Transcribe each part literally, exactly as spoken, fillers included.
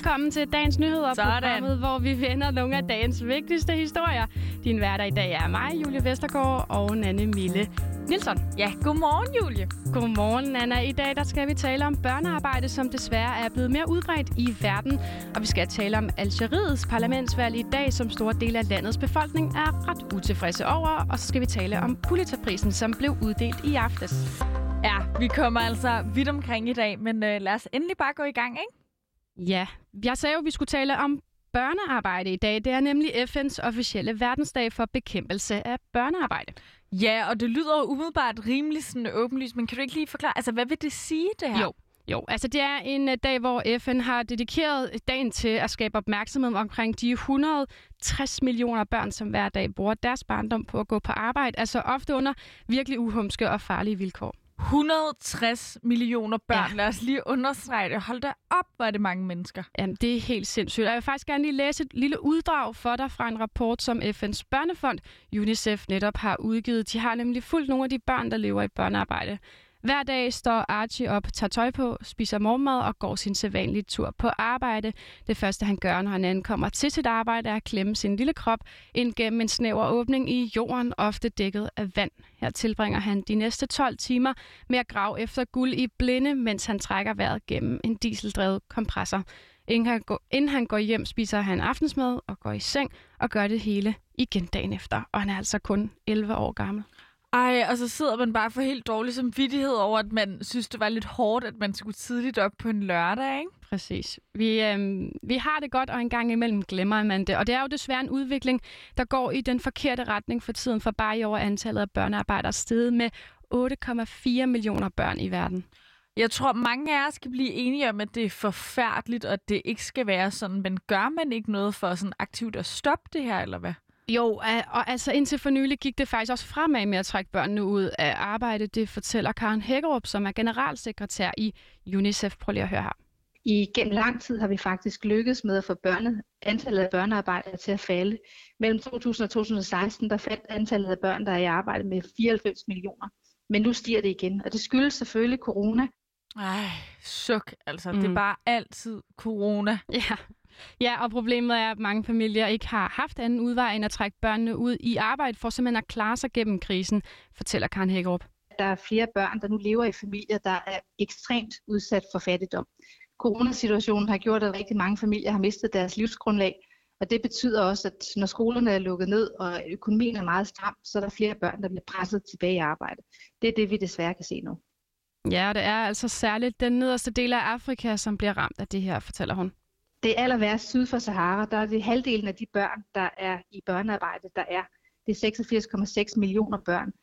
Velkommen til dagens nyheder, programmet, hvor vi vender nogle af dagens vigtigste historier. Din hverdag i dag er mig, Julie Vestergaard, og Nanne Mille Nielsen. Ja, godmorgen, Julie. Godmorgen, Nanna. I dag der skal vi tale om børnearbejde, som desværre er blevet mere udbredt i verden. Og vi skal tale om Algeriets parlamentsvalg i dag, som store dele af landets befolkning er ret utilfredse over. Og så skal vi tale om Pulitzerprisen, som blev uddelt i aftes. Ja, vi kommer altså vidt omkring i dag, men øh, lad os endelig bare gå i gang, ikke? Ja, jeg sagde jo, at vi skulle tale om børnearbejde i dag. Det er nemlig F N's officielle verdensdag for bekæmpelse af børnearbejde. Ja, og det lyder jo umiddelbart rimelig sådan åbenlyst, men kan du ikke lige forklare, altså hvad vil det sige, det her? Jo. Jo, altså det er en dag, hvor F N har dedikeret dagen til at skabe opmærksomhed omkring de et hundrede og tres millioner børn, som hver dag bruger deres barndom på at gå på arbejde, altså ofte under virkelig uhumske og farlige vilkår. et hundrede og tres millioner børn. Ja. Lad os lige understrege det. Hold da op, hvor er det mange mennesker. Jamen, det er helt sindssygt. Og jeg vil faktisk gerne lige læse et lille uddrag for dig fra en rapport, som F N's børnefond, UNICEF, netop har udgivet. De har nemlig fulgt nogle af de børn, der lever i børnearbejde. Hver dag står Archie op, tager tøj på, spiser morgenmad og går sin sædvanlige tur på arbejde. Det første, han gør, når han ankommer til sit arbejde, er at klemme sin lille krop ind gennem en snæver åbning i jorden, ofte dækket af vand. Her tilbringer han de næste tolv timer med at grave efter guld i blinde, mens han trækker vejret gennem en dieseldrevet kompressor. Inden han, går, inden han går hjem, spiser han aftensmad og går i seng og gør det hele igen dagen efter. Og han er altså kun elleve år gammel. Ej, og så sidder man bare for helt dårlig samvittighed over, at man synes, det var lidt hårdt, at man skulle tidligt op på en lørdag, ikke? Præcis. Vi, øh, vi har det godt, og en gang imellem glemmer man det. Og det er jo desværre en udvikling, der går i den forkerte retning for tiden, for bare i år antallet af børnearbejdere steget med otte komma fire millioner børn i verden. Jeg tror, mange af os skal blive enige om, at det er forfærdeligt, og at det ikke skal være sådan. Men gør man ikke noget for sådan aktivt at stoppe det her, eller hvad? Jo, og altså indtil for nylig gik det faktisk også fremad med at trække børnene ud af arbejde. Det fortæller Karen Hækkerup, som er generalsekretær i UNICEF. Prøv lige at høre her. I gennem lang tid har vi faktisk lykkedes med at få børne, antallet af børnearbejdere til at falde. Mellem to tusind og to tusind og seksten der faldt antallet af børn, der er i arbejde med fireoghalvfems millioner. Men nu stiger det igen, og det skyldes selvfølgelig corona. Ej, suk. Altså, Mm. det er bare altid corona. Ja. Ja, og problemet er, at mange familier ikke har haft anden udvej end at trække børnene ud i arbejde for simpelthen at klare sig gennem krisen, fortæller Karen Hækkerup. Der er flere børn, der nu lever i familier, der er ekstremt udsat for fattigdom. Coronasituationen har gjort, at rigtig mange familier har mistet deres livsgrundlag, og det betyder også, at når skolerne er lukket ned og økonomien er meget stram, så er der flere børn, der bliver presset tilbage i arbejde. Det er det, vi desværre kan se nu. Ja, og det er altså særligt den nederste del af Afrika, som bliver ramt af det her, fortæller hun. Det er aller værst syd for Sahara, der er det halvdelen af de børn, der er i børnearbejde, der er. Det er seksogfirs komma seks millioner børn.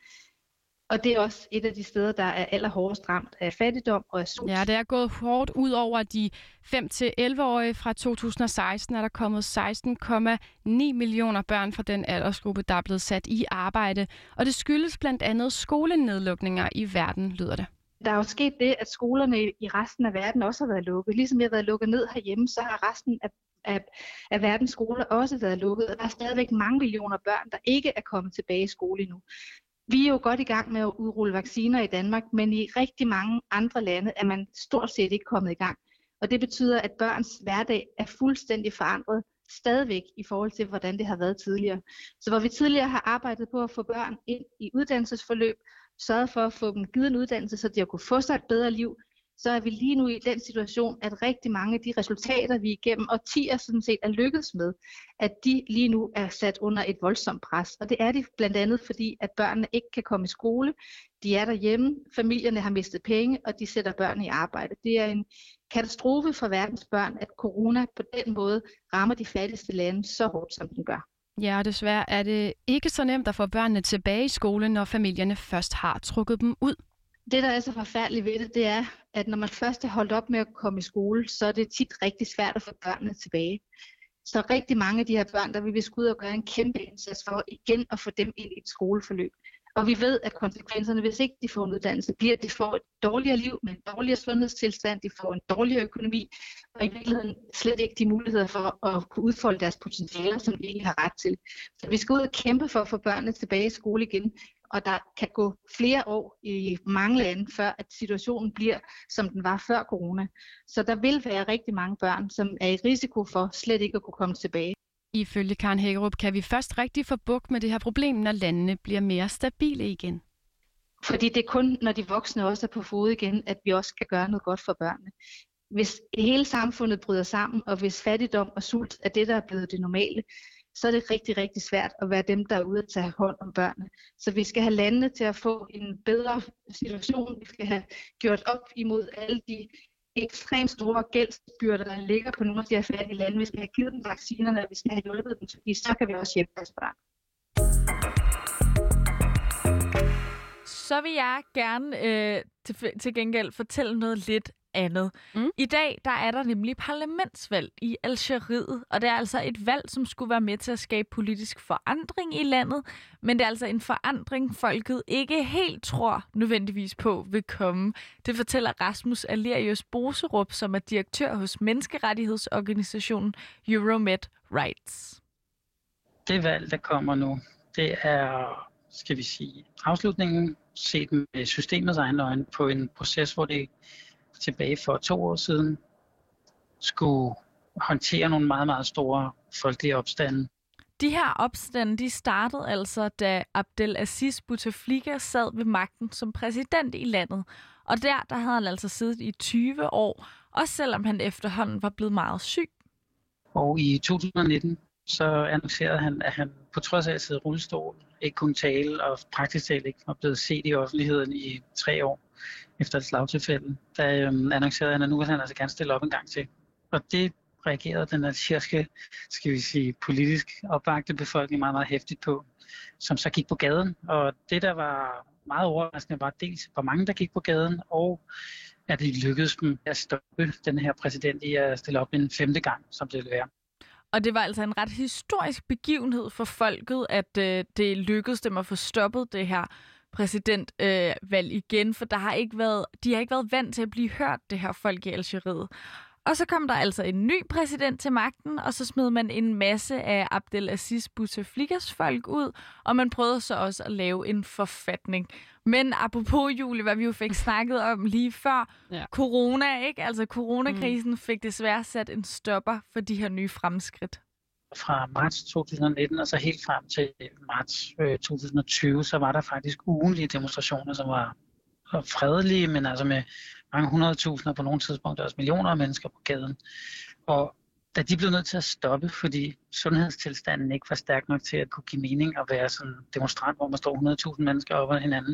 Og det er også et af de steder, der er allerhårdest ramt af fattigdom og af sult. Ja, det er gået hårdt ud over de fem til elleve-årige. Fra to tusind og seksten er der kommet seksten komma ni millioner børn fra den aldersgruppe, der er blevet sat i arbejde. Og det skyldes blandt andet skolenedlukninger i verden, lyder det. Der er jo sket det, at skolerne i resten af verden også har været lukket. Ligesom jeg har været lukket ned herhjemme, så har resten af, af, af verdens skoler også været lukket. Og der er stadigvæk mange millioner børn, der ikke er kommet tilbage i skole endnu. Vi er jo godt i gang med at udrulle vacciner i Danmark, men i rigtig mange andre lande er man stort set ikke kommet i gang. Og det betyder, at børns hverdag er fuldstændig forandret stadigvæk i forhold til, hvordan det har været tidligere. Så hvor vi tidligere har arbejdet på at få børn ind i uddannelsesforløb, sørget for at få dem givet en uddannelse, så de har kunne få sig et bedre liv, så er vi lige nu i den situation, at rigtig mange af de resultater, vi igennem årtier sådan set er lykkedes med, at de lige nu er sat under et voldsomt pres. Og det er de blandt andet, fordi at børnene ikke kan komme i skole, de er derhjemme, familierne har mistet penge, og de sætter børn i arbejde. Det er en katastrofe for verdens børn, at corona på den måde rammer de fattigste lande så hårdt, som den gør. Ja, og desværre er det ikke så nemt at få børnene tilbage i skole, når familierne først har trukket dem ud. Det, der er så forfærdeligt ved det, det er, at når man først er holdt op med at komme i skole, så er det tit rigtig svært at få børnene tilbage. Så rigtig mange af de her børn, der vil vi skulle ud og gøre en kæmpe indsats for igen at få dem ind i et skoleforløb. Og vi ved, at konsekvenserne, hvis ikke de får en uddannelse, bliver, at de får et dårligere liv med en dårligere sundhedstilstand, de får en dårligere økonomi, og i virkeligheden slet ikke de muligheder for at kunne udfolde deres potentialer, som de egentlig har ret til. Så vi skal ud og kæmpe for at få børnene tilbage i skole igen, og der kan gå flere år i mange lande, før at situationen bliver, som den var før corona. Så der vil være rigtig mange børn, som er i risiko for slet ikke at kunne komme tilbage. Ifølge Karen Hækkerup kan vi først rigtig få bugt med det her problem, når landene bliver mere stabile igen. Fordi det er kun, når de voksne også er på fod igen, at vi også kan gøre noget godt for børnene. Hvis hele samfundet bryder sammen, og hvis fattigdom og sult er det, der er blevet det normale, så er det rigtig, rigtig svært at være dem, der er ude at tage hånd om børnene. Så vi skal have landene til at få en bedre situation. Vi skal have gjort op imod alle de ekstremt store gældsbyrder, der ligger på nogle af de her fattige lande. Vi skal have givet dem vaccinerne, og vi skal have hjulpet dem, fordi så kan vi også hjælpe deres børn. Så vil jeg gerne øh, til, til gengæld fortælle noget lidt andet. Mm. I dag der er der nemlig parlamentsvalg i Algeriet, og det er altså et valg, som skulle være med til at skabe politisk forandring i landet, men det er altså en forandring, folket ikke helt tror nødvendigvis på vil komme. Det fortæller Rasmus Alerius Boserup, som er direktør hos menneskerettighedsorganisationen Euromed Rights. Det valg, der kommer nu, det er, skal vi sige, afslutningen set med systemets egne øjne på en proces, hvor det tilbage for to år siden skulle håndtere nogle meget, meget store folkelige opstande. De her opstande, de startede altså, da Abdelaziz Bouteflika sad ved magten som præsident i landet. Og der, der havde han altså siddet i tyve år, også selvom han efterhånden var blevet meget syg. Og i to tusind nitten, så annoncerede han, at han på trods af at sidde i rullestol, ikke kunne tale og praktisk talt ikke var blevet set i offentligheden i tre år efter et slagtilfælde. Der øhm, annoncerede han, at nu vil han altså gerne stille op en gang til. Og det reagerede den algeriske, skal vi sige, politisk opvagte befolkning meget, meget hæftigt på, som så gik på gaden. Og det, der var meget overraskende, var dels, hvor mange der gik på gaden, og at det lykkedes dem at stoppe den her præsident i at stille op en femte gang, som det ville være. Og det var altså en ret historisk begivenhed for folket, at øh, det lykkedes dem at få stoppet det her præsidentvalg øh, igen, for der har ikke været, de har ikke været vant til at blive hørt, det her folk i Algeriet. Og så kom der altså en ny præsident til magten, og så smed man en masse af Abdelaziz Bouteflikas folk ud, og man prøvede så også at lave en forfatning. Men apropos, Julie, hvad vi jo fik snakket om lige før, ja. corona, ikke? Altså coronakrisen fik desværre sat en stopper for de her nye fremskridt. Fra marts to tusind nitten og så helt frem til marts øh, to tusind tyve, så var der faktisk ugenlige demonstrationer, som var fredelige, men altså med mange hundredtusinder, på nogle tidspunkter også millioner af mennesker på gaden. Og da de blev nødt til at stoppe, fordi sundhedstilstanden ikke var stærk nok til at kunne give mening at være sådan en demonstrant, hvor man står hundrede tusind mennesker op ad hinanden,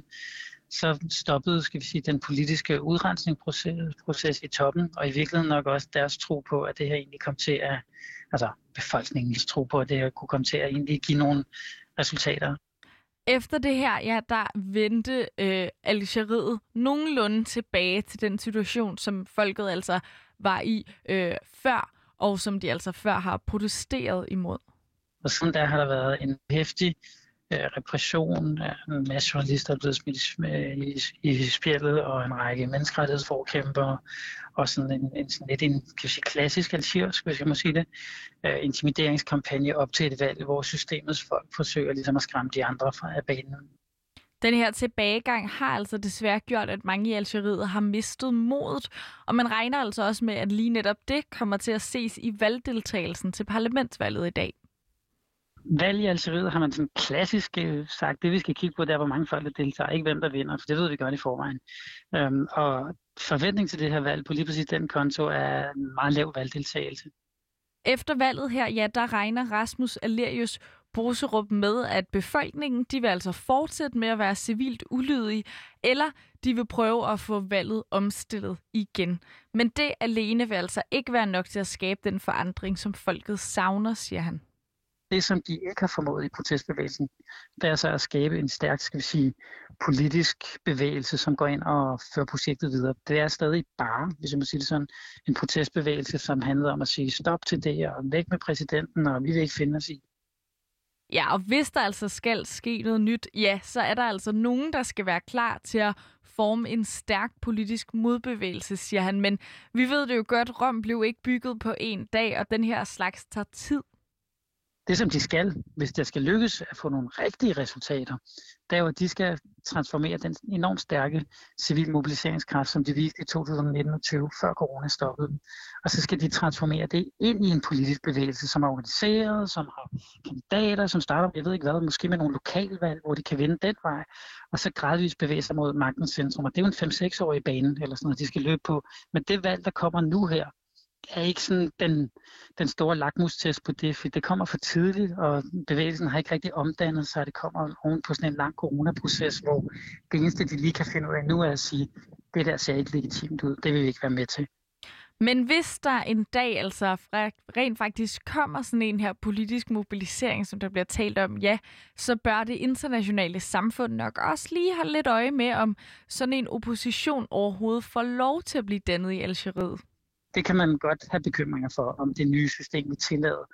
så stoppede, skal vi sige, den politiske udrensningsproces i toppen, og i virkeligheden nok også deres tro på, at det her egentlig kom til at, altså befolkningens tro på, at det her kunne komme til at egentlig give nogle resultater. Efter det her, ja, der vendte øh, Algeriet nogenlunde tilbage til den situation, som folket altså var i øh, før, og som de altså før har protesteret imod. Og sådan der har der været en heftig øh, repression. En masse journalister er blevet smidt i, i, i spjældet, og en række menneskerettighedsforkæmpere, og sådan en, en sådan lidt en kan vi sige, klassisk algerisk, hvis jeg må sige det, øh, intimideringskampagne op til et valg, hvor systemets folk forsøger ligesom at skræmme de andre fra af banen. Den her tilbagegang har altså desværre gjort, at mange i Algeriet har mistet modet, og man regner altså også med, at lige netop det kommer til at ses i valgdeltagelsen til parlamentsvalget i dag. Valg i Algeriet har man sådan klassisk sagt, det vi skal kigge på, det er, hvor mange folk der deltager, ikke hvem der vinder, for det ved vi godt i forvejen. Øhm, og forventning til det her valg på lige præcis den konto er en meget lav valgdeltagelse. Efter valget her, ja, der regner Rasmus Alerius Boserup med, at befolkningen, de vil altså fortsætte med at være civilt ulydige, eller de vil prøve at få valget omstillet igen. Men det alene vil altså ikke være nok til at skabe den forandring, som folket savner, siger han. Det, som de ikke har formået i protestbevægelsen, det er så at skabe en stærk, skal vi sige, politisk bevægelse, som går ind og fører projektet videre. Det er stadig bare, hvis jeg må sige det sådan, en protestbevægelse, som handler om at sige stop til det, og væk med præsidenten, og vi vil ikke finde os i. Ja, og hvis der altså skal ske noget nyt, ja, så er der altså nogen, der skal være klar til at forme en stærk politisk modbevægelse, siger han. Men vi ved det jo godt, Rom blev ikke bygget på en dag, og den her slags tager tid. Det, som de skal, hvis det skal lykkes at få nogle rigtige resultater, det er jo, at de skal transformere den enormt stærke civil mobiliseringskraft, som de viste i to tusind nitten og tyve, før corona stoppede dem. Og så skal de transformere det ind i en politisk bevægelse, som er organiseret, som har kandidater, som starter, jeg ved ikke hvad, måske med nogle lokalvalg, hvor de kan vinde den vej, og så gradvist bevæge sig mod magtens centrum. Og det er jo en fem-seks-årig bane, eller sådan noget, de skal løbe på. Men det valg, der kommer nu her, er ikke sådan den, den store lakmustest på det, for det kommer for tidligt, og bevægelsen har ikke rigtig omdannet sig, det kommer oven på sådan en lang coronaproces, hvor det eneste, de lige kan finde ud af nu, er at sige, det der ser ikke legitimt ud, det vil vi ikke være med til. Men hvis der en dag altså rent faktisk kommer sådan en her politisk mobilisering, som der bliver talt om, ja, så bør det internationale samfund nok også lige have lidt øje med, om sådan en opposition overhovedet får lov til at blive dannet i Algeriet. Det kan man godt have bekymringer for, om det nye system vil tillade.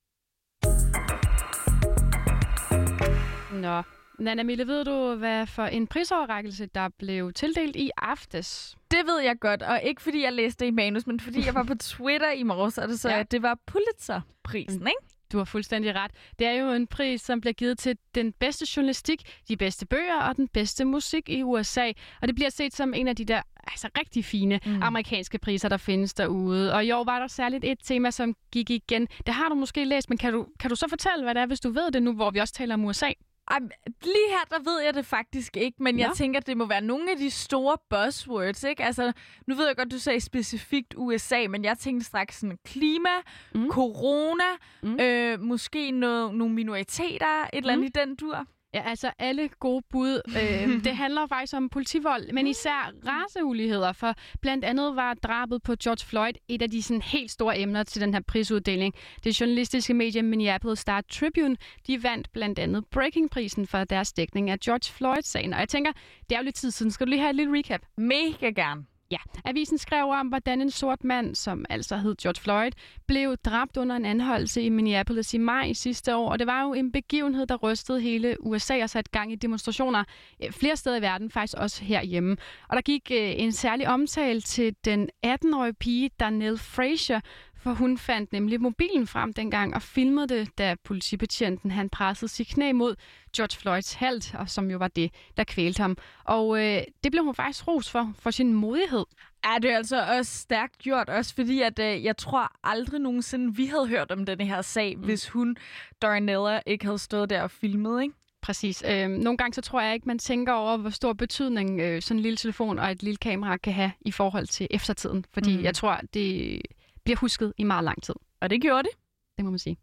Nå, Nanna Mille, ved du, hvad for en prisoverrækkelse, der blev tildelt i aftes? Det ved jeg godt, og ikke fordi jeg læste det i manus, men fordi jeg var på Twitter i morges, og det så, ja. at det var Pulitzer-prisen, ikke? Du har fuldstændig ret. Det er jo en pris, som bliver givet til den bedste journalistik, de bedste bøger og den bedste musik i U S A. Og det bliver set som en af de der altså rigtig fine mm. amerikanske priser, der findes derude. Og i år var der særligt et tema, som gik igen. Det har du måske læst, men kan du, kan du så fortælle, hvad det er, hvis du ved det nu, hvor vi også taler om U S A? Um, lige her, der ved jeg det faktisk ikke, men ja. jeg tænker, at det må være nogle af de store buzzwords, ikke? Altså, nu ved jeg godt, du sagde specifikt U S A, men jeg tænkte straks sådan klima, mm. corona, mm. Øh, måske noget, nogle minoriteter, et eller andet mm. i den dur. Ja, altså alle gode bud. Øh, det handler faktisk om politivold, men især raceuligheder, for blandt andet var drabet på George Floyd et af de sådan, helt store emner til den her prisuddeling. Det journalistiske medie Minneapolis Star Tribune, de vandt blandt andet Breaking-prisen for deres dækning af George Floyd-sagen. Og jeg tænker, det er jo lidt tid siden. Skal du lige have et lille recap? Mega gerne. Ja, avisen skrev om, hvordan en sort mand, som altså hed George Floyd, blev dræbt under en anholdelse i Minneapolis i maj sidste år. Og det var jo en begivenhed, der rystede hele U S A og satte gang i demonstrationer flere steder i verden, faktisk også herhjemme. Og der gik en særlig omtale til den atten-årige pige, Darnell Frazier, for hun fandt nemlig mobilen frem dengang og filmede det, da politibetjenten han pressede sit knæ mod George Floyds hals, og som jo var det, der kvælte ham. Og øh, det blev hun faktisk ros for, for sin modighed. Ja, det er altså også stærkt gjort, også fordi at, øh, jeg tror aldrig nogensinde, vi havde hørt om denne her sag, mm. hvis hun, Darnella, ikke havde stået der og filmet, ikke? Præcis. Øh, nogle gange så tror jeg ikke, man tænker over, hvor stor betydning øh, sådan en lille telefon og et lille kamera kan have i forhold til eftertiden. Fordi mm. jeg tror, det bliver husket i meget lang tid. Og det gjorde det. Det må man sige.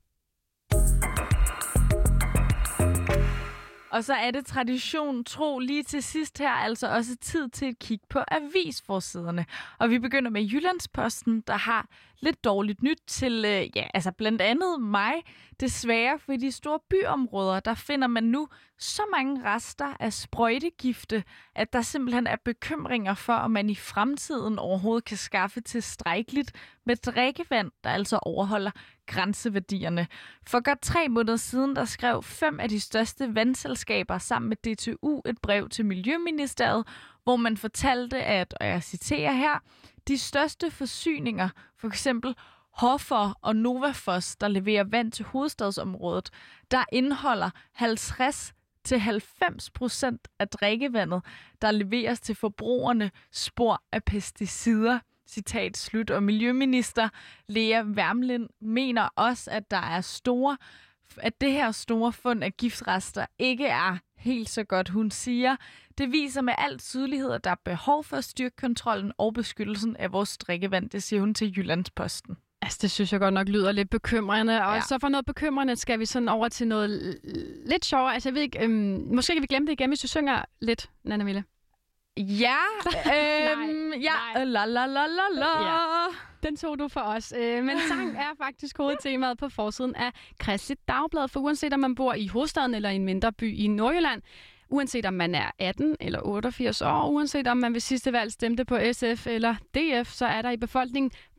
Og så er det tradition tro lige til sidst her, altså også tid til et kig på avisforsiderne. Og vi begynder med Jyllandsposten, der har lidt dårligt nyt til, øh, ja, altså blandt andet mig. Desværre, for i de store byområder, der finder man nu så mange rester af sprøjtegifte, at der simpelthen er bekymringer for, om man i fremtiden overhovedet kan skaffe tilstrækkeligt med drikkevand, der altså overholder grænseværdierne. For godt tre måneder siden, der skrev fem af de største vandselskaber sammen med D T U et brev til Miljøministeriet, hvor man fortalte, at, og jeg citerer her, de største forsyninger, for eksempel Hoffer og Novafos, der leverer vand til hovedstadsområdet, der indeholder halvtreds til halvfems procent af drikkevandet, der leveres til forbrugerne, spor af pesticider. Citat slut. Og Miljøminister Lea Wermelin mener også, at der er store, at det her store fund af giftrester ikke er helt så godt, hun siger. Det viser med al tydelighed, at der er behov for at styrke kontrollen og beskyttelsen af vores drikkevand, det siger hun til Jyllandsposten. Altså, det synes jeg godt nok lyder lidt bekymrende. Og ja. så for noget bekymrende skal vi sådan over til noget lidt sjovere. Altså, jeg ved ikke, øhm, måske kan vi glemme det igen, hvis du synger lidt, Nanna Mille. Ja, øhm, nej, ja, nej. la la la la la. Ja. Den tog du for os. Øh, men sang er faktisk hovedtemaet på forsiden af Kristeligt Dagblad, for uanset om man bor i hovedstaden eller i en mindre by i Nordjylland, uanset om man er atten eller otteogfirs år, uanset om man ved sidste valg stemte på S F eller D F, så er der i befolkningen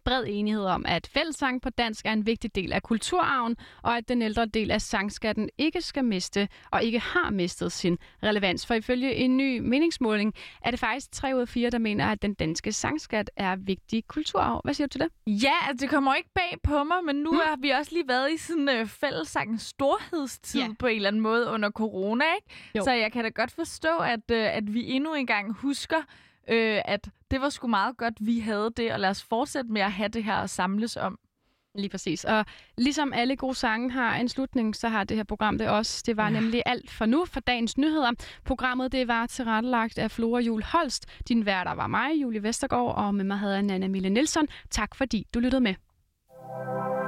bred enighed om, at fællessang på dansk er en vigtig del af kulturarven, og at den ældre del af sangskatten ikke skal miste og ikke har mistet sin relevans. For ifølge en ny meningsmåling er det faktisk tre ud af fire, der mener, at den danske sangskat er vigtig kulturarv. Hvad siger du til det? Ja, altså, det kommer ikke bag på mig, men nu mm. har vi også lige været i sådan en uh, fællessangens storhedstid yeah. på en eller anden måde under corona, ikke? Jo. Så jeg kan da godt forstå, at, uh, at vi endnu engang husker, uh, at det var sgu meget godt, vi havde det, og lad os fortsætte med at have det her og samles om. Lige præcis. Og ligesom alle gode sange har en slutning, så har det her program det også. Det var ja. nemlig alt for nu for dagens nyheder. Programmet det var tilrettelagt af Flora Jul Holst. Din værter var mig, Julie Vestergaard, og med mig havde jeg Nanna Mille Nielsen. Tak fordi du lyttede med.